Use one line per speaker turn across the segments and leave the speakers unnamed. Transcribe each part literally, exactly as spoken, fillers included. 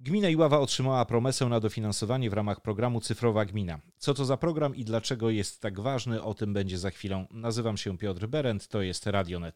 Gmina Iława otrzymała promesę na dofinansowanie w ramach programu Cyfrowa Gmina. Co to za program i dlaczego jest tak ważny, o tym będzie za chwilę. Nazywam się Piotr Berend, to jest Radio Net.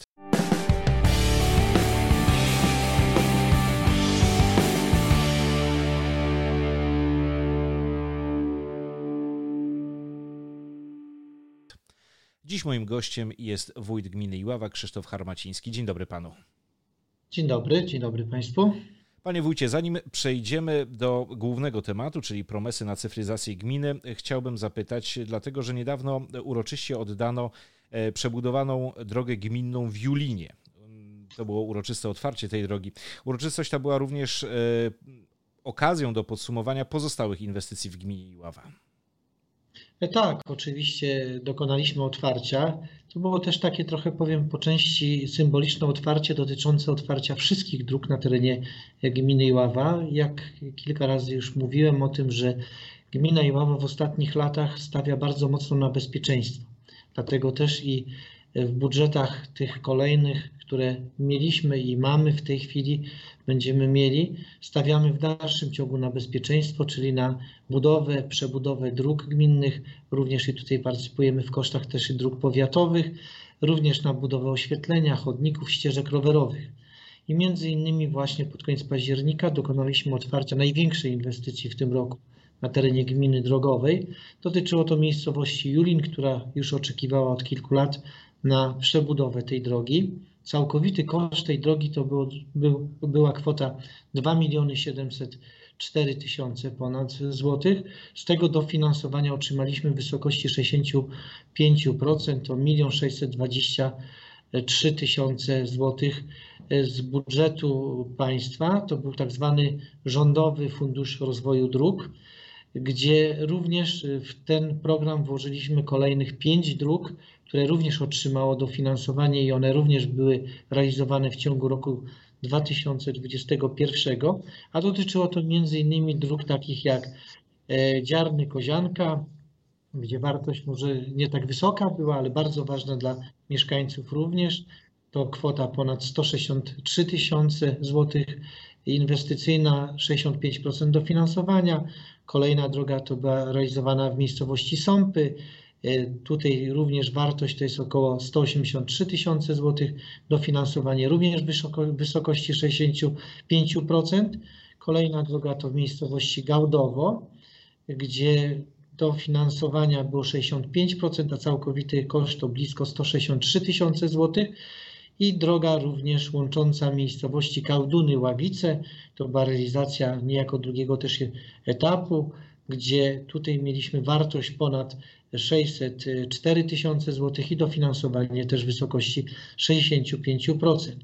Dziś moim gościem jest wójt gminy Iława, Krzysztof Harmaciński. Dzień dobry panu.
Dzień dobry, dzień dobry państwu.
Panie wójcie, zanim przejdziemy do głównego tematu, czyli promesy na cyfryzację gminy, chciałbym zapytać, dlatego że niedawno uroczyście oddano przebudowaną drogę gminną w Julinie. To było uroczyste otwarcie tej drogi. Uroczystość ta była również okazją do podsumowania pozostałych inwestycji w gminie Iława.
Tak, oczywiście dokonaliśmy otwarcia. To było też takie trochę, powiem, po części symboliczne otwarcie dotyczące otwarcia wszystkich dróg na terenie gminy Iława. Jak kilka razy już mówiłem o tym, że gmina Iława w ostatnich latach stawia bardzo mocno na bezpieczeństwo. Dlatego też i w budżetach tych kolejnych, które mieliśmy i mamy w tej chwili, będziemy mieli, stawiamy w dalszym ciągu na bezpieczeństwo, czyli na budowę, przebudowę dróg gminnych, również i tutaj partycypujemy w kosztach też i dróg powiatowych, również na budowę oświetlenia, chodników, ścieżek rowerowych. I między innymi właśnie pod koniec października dokonaliśmy otwarcia największej inwestycji w tym roku na terenie gminy drogowej. Dotyczyło to miejscowości Julin, która już oczekiwała od kilku lat na przebudowę tej drogi. Całkowity koszt tej drogi to było, był, była kwota dwa miliony siedemset cztery tysiące ponad złotych. Z tego dofinansowania otrzymaliśmy w wysokości sześćdziesiąt pięć procent, to milion sześćset dwadzieścia trzy tysiące złotych z budżetu państwa. To był tak zwany Rządowy Fundusz Rozwoju Dróg, gdzie również w ten program włożyliśmy kolejnych pięć dróg, które również otrzymało dofinansowanie i one również były realizowane w ciągu roku dwa tysiące dwudziestego pierwszego, a dotyczyło to między innymi dróg takich jak Dziarny Kozianka, gdzie wartość może nie tak wysoka była, ale bardzo ważna dla mieszkańców również. To kwota ponad sto sześćdziesiąt trzy tysiące złotych, inwestycyjna sześćdziesiąt pięć procent dofinansowania. Kolejna droga to była realizowana w miejscowości Sąpy. Tutaj również wartość to jest około sto osiemdziesiąt trzy tysiące złotych, dofinansowanie również w wysokości sześćdziesiąt pięć procent. Kolejna droga to w miejscowości Gałdowo, gdzie dofinansowania było sześćdziesiąt pięć procent, a całkowity koszt to blisko sto sześćdziesiąt trzy tysiące złotych. I droga również łącząca miejscowości Kałduny, Ławice, to była realizacja niejako drugiego też etapu, gdzie tutaj mieliśmy wartość ponad sześćset cztery tysiące złotych i dofinansowanie też w wysokości sześćdziesiąt pięć procent.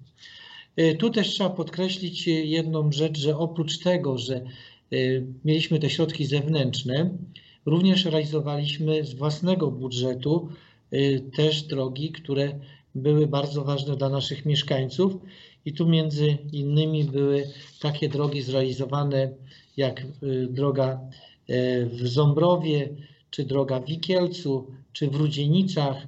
Tu też trzeba podkreślić jedną rzecz, że oprócz tego, że mieliśmy te środki zewnętrzne, również realizowaliśmy z własnego budżetu też drogi, które były bardzo ważne dla naszych mieszkańców i tu między innymi były takie drogi zrealizowane jak droga w Ząbrowie, czy droga w Wikielcu, czy w Rudzienicach.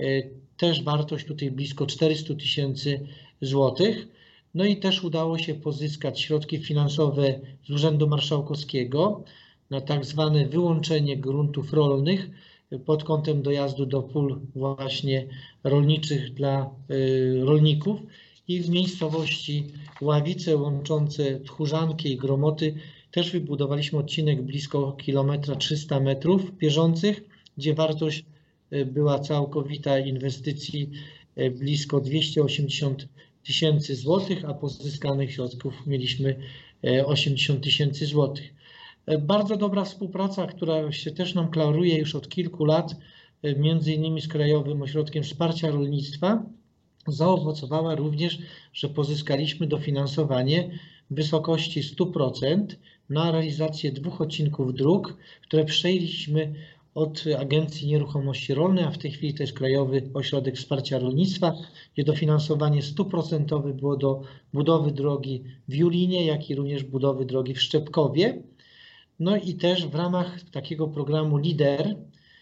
Też wartość tutaj blisko czterysta tysięcy złotych. No i też udało się pozyskać środki finansowe z Urzędu Marszałkowskiego na tak zwane wyłączenie gruntów rolnych pod kątem dojazdu do pól właśnie rolniczych dla rolników i w miejscowości Ławice łączące Tchórzankę i Gromoty też wybudowaliśmy odcinek blisko kilometra trzysta metrów bieżących, gdzie wartość była całkowita inwestycji blisko dwieście osiemdziesiąt tysięcy złotych, a pozyskanych środków mieliśmy osiemdziesiąt tysięcy złotych. Bardzo dobra współpraca, która się też nam klaruje już od kilku lat, między innymi z Krajowym Ośrodkiem Wsparcia Rolnictwa, zaowocowała również, że pozyskaliśmy dofinansowanie w wysokości sto procent na realizację dwóch odcinków dróg, które przejęliśmy od Agencji Nieruchomości Rolnej, a w tej chwili to jest Krajowy Ośrodek Wsparcia Rolnictwa, gdzie dofinansowanie sto procent było do budowy drogi w Julinie, jak i również budowy drogi w Szczepkowie. No i też w ramach takiego programu LIDER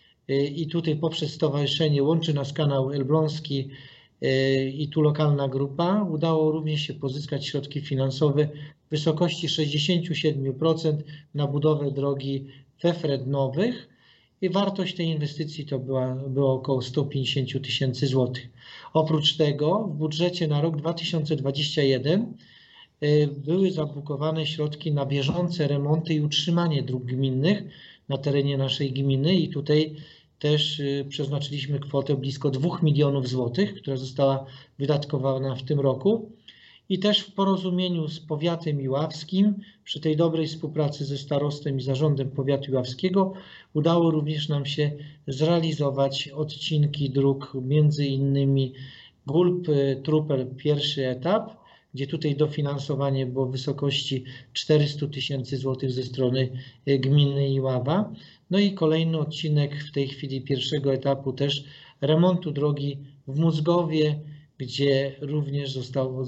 i tutaj poprzez stowarzyszenie Łączy Nas Kanał Elbląski i tu lokalna grupa, udało również się pozyskać środki finansowe w wysokości sześćdziesiąt siedem procent na budowę drogi Wefred-Nowych i wartość tej inwestycji to była, było około sto pięćdziesiąt tysięcy złotych. Oprócz tego w budżecie na rok dwa tysiące dwudziesty pierwszy były zabukowane środki na bieżące remonty i utrzymanie dróg gminnych na terenie naszej gminy i tutaj też przeznaczyliśmy kwotę blisko dwóch milionów złotych, która została wydatkowana w tym roku. I też w porozumieniu z powiatem iławskim, przy tej dobrej współpracy ze starostem i zarządem powiatu iławskiego, udało również nam się zrealizować odcinki dróg, między innymi Gulb-Trupel pierwszy etap, gdzie tutaj dofinansowanie było w wysokości czterysta tysięcy złotych ze strony gminy Iława. No i kolejny odcinek w tej chwili pierwszego etapu też remontu drogi w Mózgowie, gdzie również została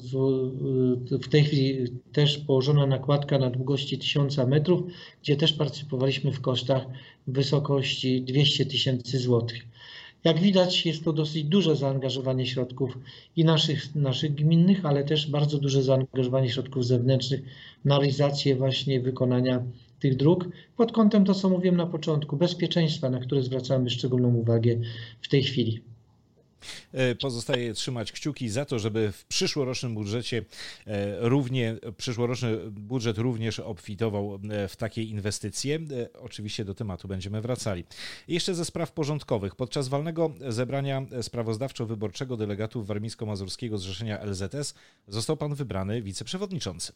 w tej chwili też położona nakładka na długości tysiąc metrów, gdzie też partycypowaliśmy w kosztach w wysokości dwieście tysięcy złotych. Jak widać, jest to dosyć duże zaangażowanie środków i naszych, naszych gminnych, ale też bardzo duże zaangażowanie środków zewnętrznych na realizację właśnie wykonania tych dróg pod kątem, to co mówiłem na początku, bezpieczeństwa, na które zwracamy szczególną uwagę w tej chwili.
Pozostaje trzymać kciuki za to, żeby w przyszłorocznym budżecie równie, przyszłoroczny budżet również obfitował w takie inwestycje. Oczywiście do tematu będziemy wracali. Jeszcze ze spraw porządkowych. Podczas walnego zebrania sprawozdawczo-wyborczego delegatów Warmińsko-Mazurskiego Zrzeszenia L Z S został pan wybrany wiceprzewodniczącym.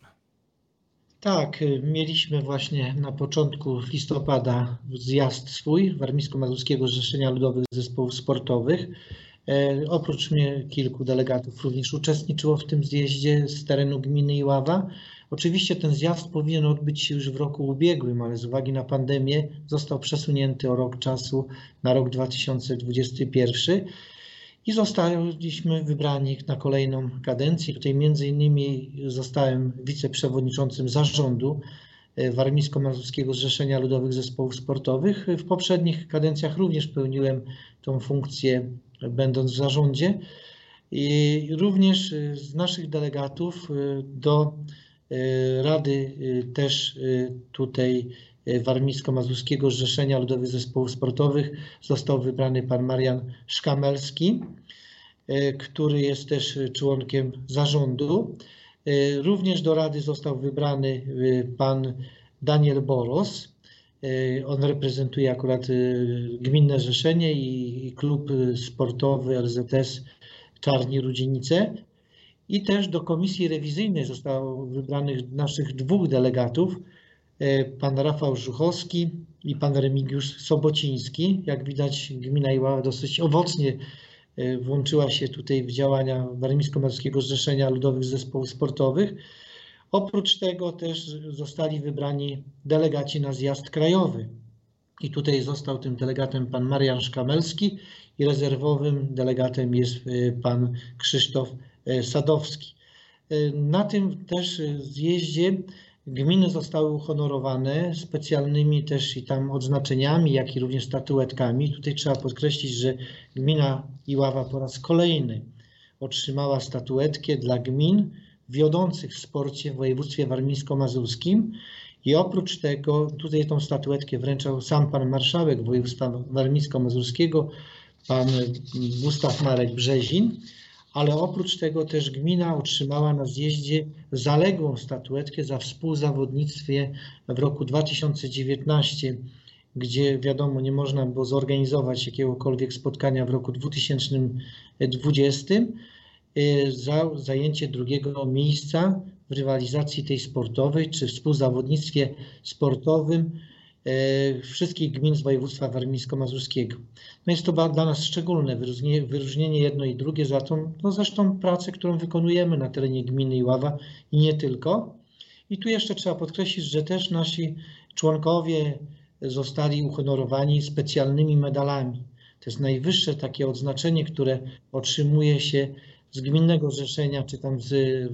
Tak, mieliśmy właśnie na początku listopada zjazd swój Warmińsko-Mazurskiego Zrzeszenia Ludowych Zespołów Sportowych. E, oprócz mnie kilku delegatów również uczestniczyło w tym zjeździe z terenu gminy Iława. Oczywiście ten zjazd powinien odbyć się już w roku ubiegłym, ale z uwagi na pandemię został przesunięty o rok czasu na rok dwa tysiące dwudziesty pierwszy i zostaliśmy wybrani na kolejną kadencję. Tutaj między innymi zostałem wiceprzewodniczącym zarządu Warmińsko-Mazurskiego Zrzeszenia Ludowych Zespołów Sportowych. W poprzednich kadencjach również pełniłem tą funkcję, będąc w zarządzie. I również z naszych delegatów do Rady też tutaj Warmińsko-Mazurskiego Zrzeszenia Ludowych Zespołów Sportowych został wybrany pan Marian Szkamelski, który jest też członkiem zarządu. Również do Rady został wybrany pan Daniel Boros. On reprezentuje akurat Gminne Zrzeszenie i klub sportowy L Z S Czarni Rudzienice. I też do komisji rewizyjnej zostało wybranych naszych dwóch delegatów, pan Rafał Żuchowski i pan Remigiusz Sobociński. Jak widać, gmina Iława dosyć owocnie włączyła się tutaj w działania Warmińsko-Mazurskiego Zrzeszenia Ludowych Zespołów Sportowych. Oprócz tego też zostali wybrani delegaci na zjazd krajowy. I tutaj został tym delegatem pan Marian Szkamelski i rezerwowym delegatem jest pan Krzysztof Sadowski. Na tym też zjeździe gminy zostały uhonorowane specjalnymi też i tam odznaczeniami, jak i również statuetkami. Tutaj trzeba podkreślić, że gmina Iława po raz kolejny otrzymała statuetkę dla gmin wiodących w sporcie w województwie warmińsko-mazurskim i oprócz tego tutaj tą statuetkę wręczał sam pan marszałek województwa warmińsko-mazurskiego, pan Gustaw Marek Brzezin. Ale oprócz tego też gmina otrzymała na zjeździe zaległą statuetkę za współzawodnictwie w roku dwa tysiące dziewiętnastym, gdzie wiadomo nie można było zorganizować jakiegokolwiek spotkania w roku dwa tysiące dwudziestym za zajęcie drugiego miejsca w rywalizacji tej sportowej czy współzawodnictwie sportowym wszystkich gmin z województwa warmińsko-mazurskiego. No jest to dla nas szczególne wyróżnienie, wyróżnienie jedno i drugie za tą, no zresztą pracę, którą wykonujemy na terenie gminy Iława i nie tylko. I tu jeszcze trzeba podkreślić, że też nasi członkowie zostali uhonorowani specjalnymi medalami. To jest najwyższe takie odznaczenie, które otrzymuje się z Gminnego Zrzeszenia, czy tam z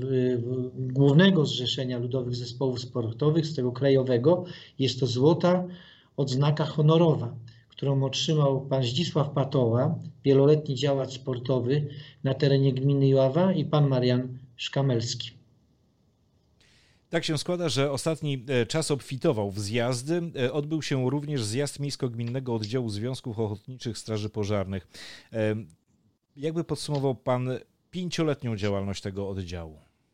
Głównego Zrzeszenia Ludowych Zespołów Sportowych, z tego krajowego. Jest to złota odznaka honorowa, którą otrzymał pan Zdzisław Patoła, wieloletni działacz sportowy na terenie gminy Iława i pan Marian Szkamelski.
Tak się składa, że ostatni czas obfitował w zjazdy. Odbył się również zjazd Miejsko-Gminnego Oddziału Związków Ochotniczych Straży Pożarnych. Jakby podsumował pan pięcioletnią działalność tego oddziału?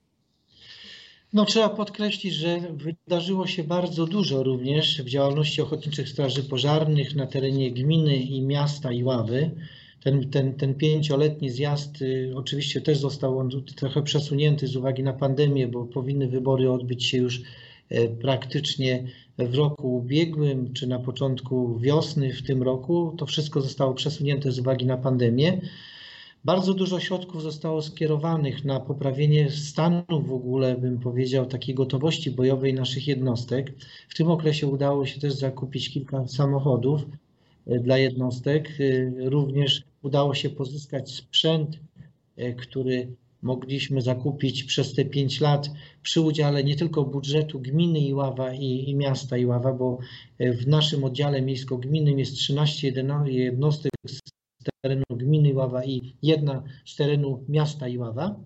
No, trzeba podkreślić, że wydarzyło się bardzo dużo również w działalności Ochotniczych Straży Pożarnych na terenie gminy i miasta Iławy. Ten, ten, ten pięcioletni zjazd y, oczywiście też został on trochę przesunięty z uwagi na pandemię, bo powinny wybory odbyć się już y, praktycznie w roku ubiegłym, czy na początku wiosny w tym roku. To wszystko zostało przesunięte z uwagi na pandemię. Bardzo dużo środków zostało skierowanych na poprawienie stanu w ogóle, bym powiedział, takiej gotowości bojowej naszych jednostek. W tym okresie udało się też zakupić kilka samochodów dla jednostek. Również udało się pozyskać sprzęt, który mogliśmy zakupić przez te pięć lat przy udziale nie tylko budżetu gminy Iława i, i miasta Iława, bo w naszym oddziale miejsko-gminnym jest trzynaście jednostek z terenu gminy Iława i jedna z terenu miasta Iława.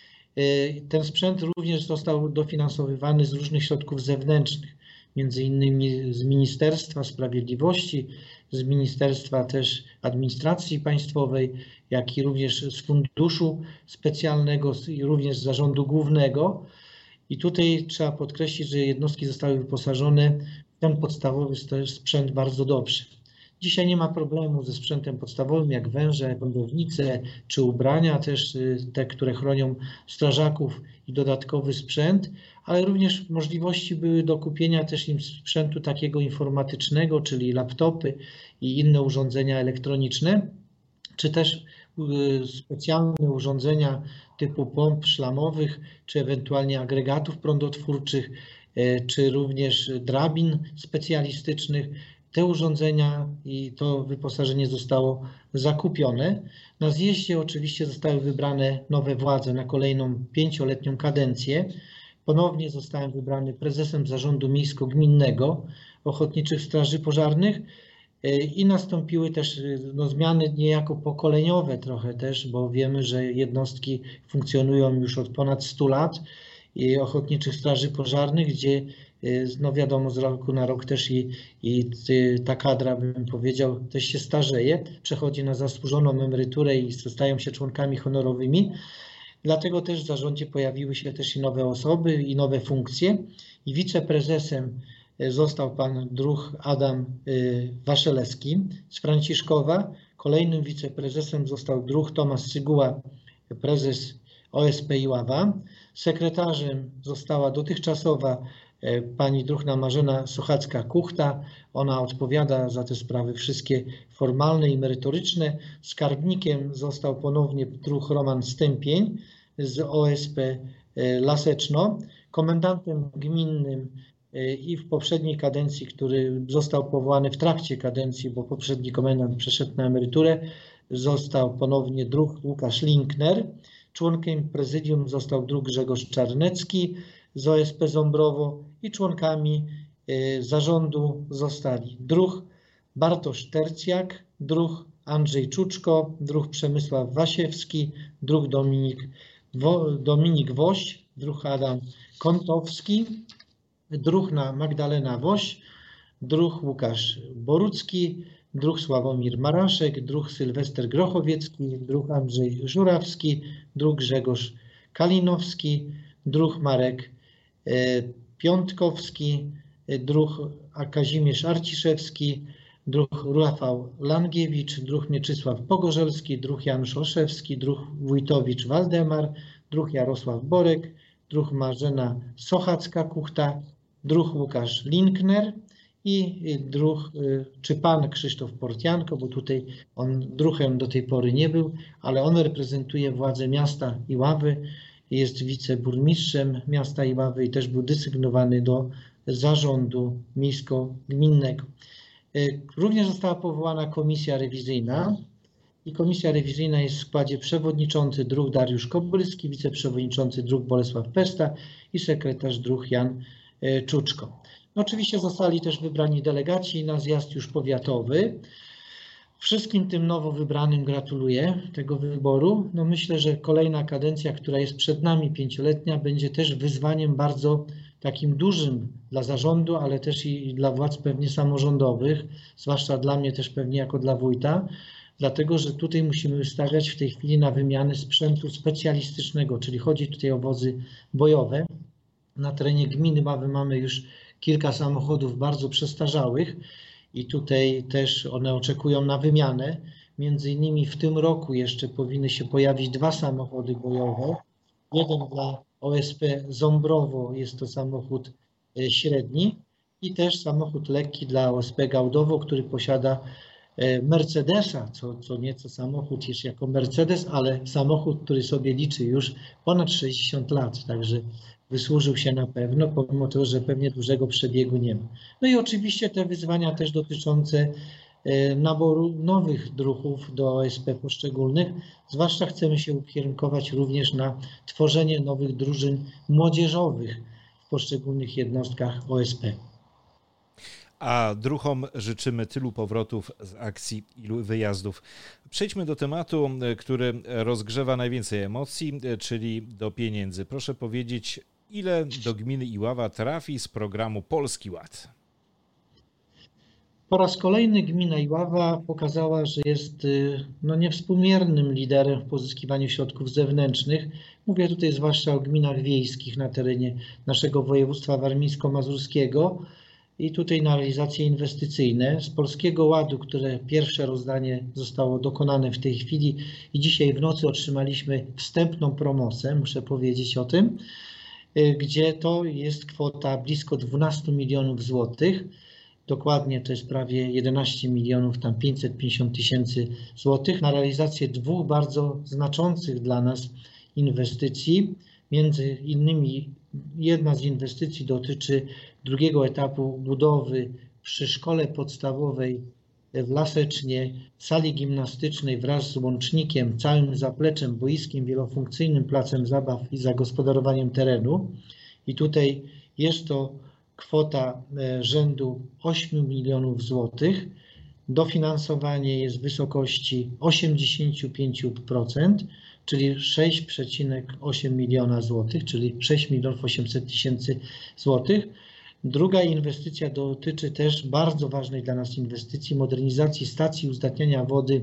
Ten sprzęt również został dofinansowywany z różnych środków zewnętrznych, między innymi z Ministerstwa Sprawiedliwości, z Ministerstwa też Administracji Państwowej, jak i również z Funduszu Specjalnego i również z Zarządu Głównego. I tutaj trzeba podkreślić, że jednostki zostały wyposażone w ten podstawowy sprzęt bardzo dobrze. Dzisiaj nie ma problemu ze sprzętem podstawowym, jak węże, lądownice czy ubrania, też te, które chronią strażaków i dodatkowy sprzęt, ale również możliwości były do kupienia też im sprzętu takiego informatycznego, czyli laptopy i inne urządzenia elektroniczne, czy też specjalne urządzenia typu pomp szlamowych, czy ewentualnie agregatów prądotwórczych, czy również drabin specjalistycznych. Te urządzenia i to wyposażenie zostało zakupione. Na zjeździe oczywiście zostały wybrane nowe władze na kolejną pięcioletnią kadencję. Ponownie zostałem wybrany prezesem Zarządu Miejsko-Gminnego Ochotniczych Straży Pożarnych i nastąpiły też no, zmiany niejako pokoleniowe trochę też, bo wiemy, że jednostki funkcjonują już od ponad stu lat i Ochotniczych Straży Pożarnych, gdzie no wiadomo, z roku na rok też i, i ta kadra, bym powiedział, też się starzeje, przechodzi na zasłużoną emeryturę i stają się członkami honorowymi. Dlatego też w zarządzie pojawiły się też i nowe osoby i nowe funkcje. I wiceprezesem został pan druh Adam Waszelewski z Franciszkowa. Kolejnym wiceprezesem został druh Tomasz Syguła, prezes O S P Iława. Sekretarzem została dotychczasowa pani druhna Marzena Sochacka-Kuchta. Ona odpowiada za te sprawy wszystkie formalne i merytoryczne. Skarbnikiem został ponownie druh Roman Stępień z O S P Laseczno. Komendantem gminnym i w poprzedniej kadencji, który został powołany w trakcie kadencji, bo poprzedni komendant przeszedł na emeryturę, został ponownie druh Łukasz Linkner. Członkiem prezydium został druh Grzegorz Czarnecki z O S P Ząbrowo i członkami zarządu zostali druh Bartosz Tercjak, druh Andrzej Czuczko, druh Przemysław Wasiewski, druh Dominik, Wo, Dominik Woś, druh Adam Kątowski, druhna Magdalena Woś, druh Łukasz Borucki, druh Sławomir Maraszek, druh Sylwester Grochowiecki, druh Andrzej Żurawski, druh Grzegorz Kalinowski, druh Marek Piątkowski, druh Kazimierz Arciszewski, druh Rafał Langiewicz, druh Mieczysław Pogorzelski, druh Janusz Olszewski, druh Wójtowicz Waldemar, druh Jarosław Borek, druh Marzena Sochacka-Kuchta, druh Łukasz Linkner i druh, czy pan Krzysztof Portianko, bo tutaj on druhem do tej pory nie był, ale on reprezentuje władze miasta Iławy, jest wiceburmistrzem miasta Iławy i też był desygnowany do zarządu miejsko-gminnego. Również została powołana komisja rewizyjna i komisja rewizyjna jest w składzie przewodniczący druh Dariusz Kobylski, wiceprzewodniczący druh Bolesław Pesta i sekretarz druh Jan Czuczko. No oczywiście zostali też wybrani delegaci na zjazd już powiatowy. Wszystkim tym nowo wybranym gratuluję tego wyboru. No myślę, że kolejna kadencja, która jest przed nami, pięcioletnia, będzie też wyzwaniem bardzo takim dużym dla zarządu, ale też i dla władz pewnie samorządowych, zwłaszcza dla mnie też pewnie jako dla wójta, dlatego że tutaj musimy stawiać w tej chwili na wymianę sprzętu specjalistycznego, czyli chodzi tutaj o wozy bojowe. Na terenie gminy Ławy mamy już kilka samochodów bardzo przestarzałych i tutaj też one oczekują na wymianę. Między innymi w tym roku jeszcze powinny się pojawić dwa samochody bojowe. Jeden dla O S P Ząbrowo, jest to samochód średni, i też samochód lekki dla O S P Gałdowo, który posiada Mercedesa, co, co nieco samochód jest jako Mercedes, ale samochód, który sobie liczy już ponad sześćdziesiąt lat, także wysłużył się na pewno, pomimo tego, że pewnie dużego przebiegu nie ma. No i oczywiście te wyzwania też dotyczące naboru nowych druhów do O S P poszczególnych, zwłaszcza chcemy się ukierunkować również na tworzenie nowych drużyn młodzieżowych w poszczególnych jednostkach O S P.
A druhom życzymy tylu powrotów z akcji, ilu wyjazdów. Przejdźmy do tematu, który rozgrzewa najwięcej emocji, czyli do pieniędzy. Proszę powiedzieć, ile do gminy Iława trafi z programu Polski Ład?
Po raz kolejny gmina Iława pokazała, że jest no, niewspółmiernym liderem w pozyskiwaniu środków zewnętrznych. Mówię tutaj zwłaszcza o gminach wiejskich na terenie naszego województwa warmińsko-mazurskiego i tutaj na realizacje inwestycyjne. Z Polskiego Ładu, które pierwsze rozdanie zostało dokonane w tej chwili i dzisiaj w nocy otrzymaliśmy wstępną promocję, muszę powiedzieć o tym, gdzie to jest kwota blisko dwanaście milionów złotych. Dokładnie to jest prawie jedenaście milionów, tam pięćset pięćdziesiąt tysięcy złotych na realizację dwóch bardzo znaczących dla nas inwestycji. Między innymi jedna z inwestycji dotyczy drugiego etapu budowy przy szkole podstawowej w Lasecznie sali gimnastycznej wraz z łącznikiem, całym zapleczem, boiskiem wielofunkcyjnym, placem zabaw i zagospodarowaniem terenu. I tutaj jest to kwota rzędu ośmiu milionów złotych. Dofinansowanie jest w wysokości osiemdziesiąt pięć procent, czyli sześć przecinek osiem miliona złotych, czyli sześć milionów osiemset tysięcy złotych. Druga inwestycja dotyczy też bardzo ważnej dla nas inwestycji, modernizacji stacji uzdatniania wody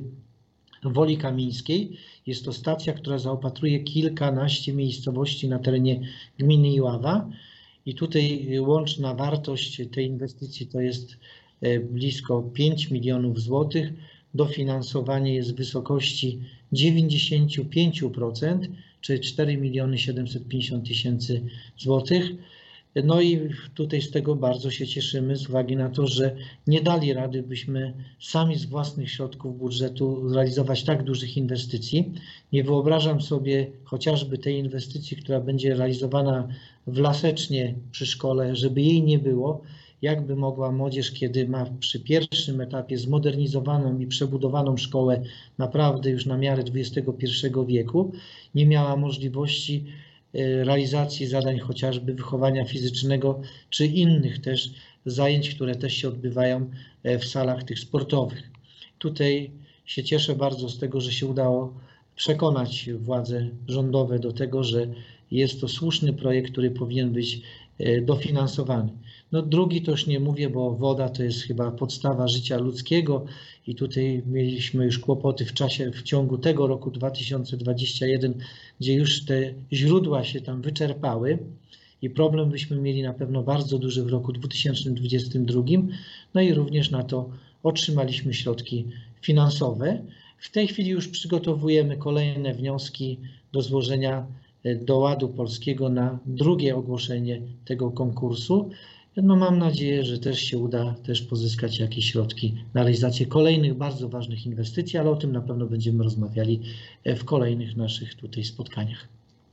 w Woli Kamińskiej. Jest to stacja, która zaopatruje kilkanaście miejscowości na terenie gminy Iława. I tutaj łączna wartość tej inwestycji to jest blisko pięć milionów złotych. Dofinansowanie jest w wysokości dziewięćdziesiąt pięć procent, czyli cztery miliony siedemset pięćdziesiąt tysięcy złotych. No i tutaj z tego bardzo się cieszymy z uwagi na to, że nie dali rady byśmy sami z własnych środków budżetu zrealizować tak dużych inwestycji. Nie wyobrażam sobie chociażby tej inwestycji, która będzie realizowana w Lasecznie przy szkole, żeby jej nie było. Jakby mogła młodzież, kiedy ma przy pierwszym etapie zmodernizowaną i przebudowaną szkołę naprawdę już na miarę dwudziestego pierwszego wieku, nie miała możliwości realizacji zadań chociażby wychowania fizycznego, czy innych też zajęć, które też się odbywają w salach tych sportowych. Tutaj się cieszę bardzo z tego, że się udało przekonać władze rządowe do tego, że jest to słuszny projekt, który powinien być dofinansowany. No drugi to już nie mówię, bo woda to jest chyba podstawa życia ludzkiego i tutaj mieliśmy już kłopoty w czasie, w ciągu tego roku dwa tysiące dwudziestego pierwszego, gdzie już te źródła się tam wyczerpały i problem byśmy mieli na pewno bardzo duży w roku dwa tysiące dwudziestym drugim. No i również na to otrzymaliśmy środki finansowe. W tej chwili już przygotowujemy kolejne wnioski do złożenia do Ładu Polskiego na drugie ogłoszenie tego konkursu. No mam nadzieję, że też się uda też pozyskać jakieś środki na realizację kolejnych bardzo ważnych inwestycji, ale o tym na pewno będziemy rozmawiali w kolejnych naszych tutaj spotkaniach.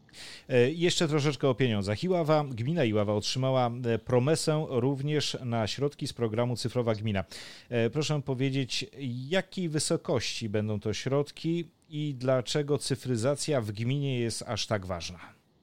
Jeszcze troszeczkę o pieniądzach. Iława, gmina Iława otrzymała promesę również na środki z programu Cyfrowa Gmina. Proszę powiedzieć, jakiej wysokości będą to środki i dlaczego cyfryzacja w gminie jest aż tak ważna?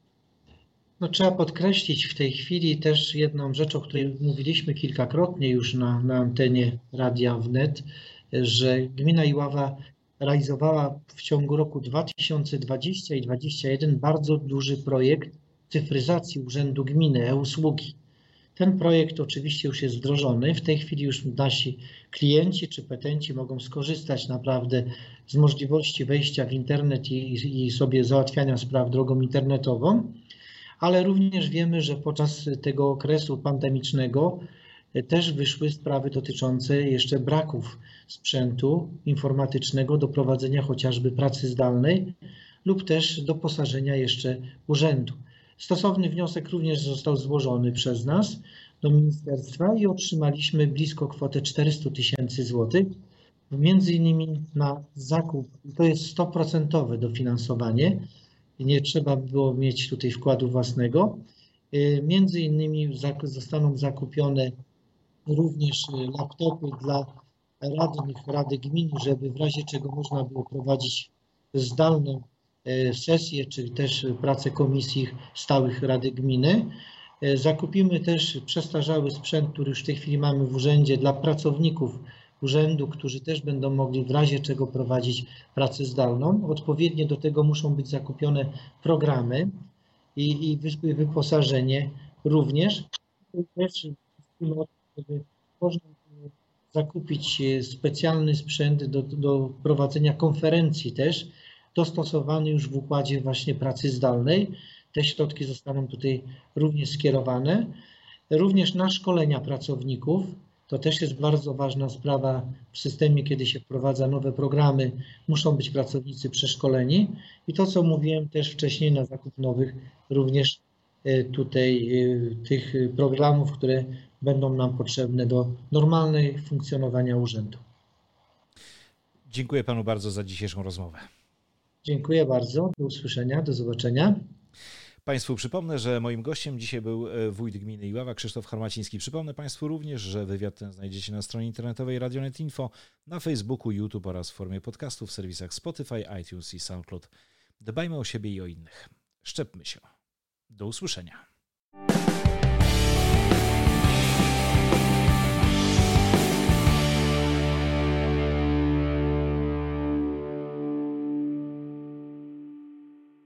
No, trzeba podkreślić w tej chwili też jedną rzecz, o której mówiliśmy kilkakrotnie już na, na antenie Radia Wnet, że gmina Iława realizowała w ciągu roku dwa tysiące dwudziestego i dwa tysiące dwudziestego pierwszego bardzo duży projekt cyfryzacji Urzędu Gminy, e-usługi. Ten projekt oczywiście już jest wdrożony. W tej chwili już nasi klienci czy petenci mogą skorzystać naprawdę z możliwości wejścia w internet i, i sobie załatwiania spraw drogą internetową, ale również wiemy, że podczas tego okresu pandemicznego też wyszły sprawy dotyczące jeszcze braków sprzętu informatycznego do prowadzenia chociażby pracy zdalnej lub też doposażenia jeszcze urzędu. Stosowny wniosek również został złożony przez nas do ministerstwa i otrzymaliśmy blisko kwotę czterysta tysięcy złotych, między innymi na zakup, to jest sto procent dofinansowanie, nie trzeba było mieć tutaj wkładu własnego. Między innymi zostaną zakupione również laptopy dla radnych Rady Gminy, żeby w razie czego można było prowadzić zdalną sesje, czy też pracę komisji stałych Rady Gminy. Zakupimy też przestarzały sprzęt, który już w tej chwili mamy w urzędzie dla pracowników urzędu, którzy też będą mogli w razie czego prowadzić pracę zdalną. Odpowiednio do tego muszą być zakupione programy i, i wyposażenie również. Też żeby można było zakupić specjalny sprzęt do, do prowadzenia konferencji też, dostosowany już w układzie właśnie pracy zdalnej. Te środki zostaną tutaj również skierowane. Również na szkolenia pracowników. To też jest bardzo ważna sprawa w systemie, kiedy się wprowadza nowe programy, muszą być pracownicy przeszkoleni. I to, co mówiłem też wcześniej, na zakup nowych również tutaj tych programów, które będą nam potrzebne do normalnego funkcjonowania urzędu.
Dziękuję panu bardzo za dzisiejszą rozmowę.
Dziękuję bardzo. Do usłyszenia, do zobaczenia.
Państwu przypomnę, że moim gościem dzisiaj był wójt gminy Iława, Krzysztof Harmaciński. Przypomnę Państwu również, że wywiad ten znajdziecie na stronie internetowej Radio Net Info, na Facebooku, YouTube oraz w formie podcastu w serwisach Spotify, iTunes i SoundCloud. Dbajmy o siebie i o innych. Szczepmy się. Do usłyszenia.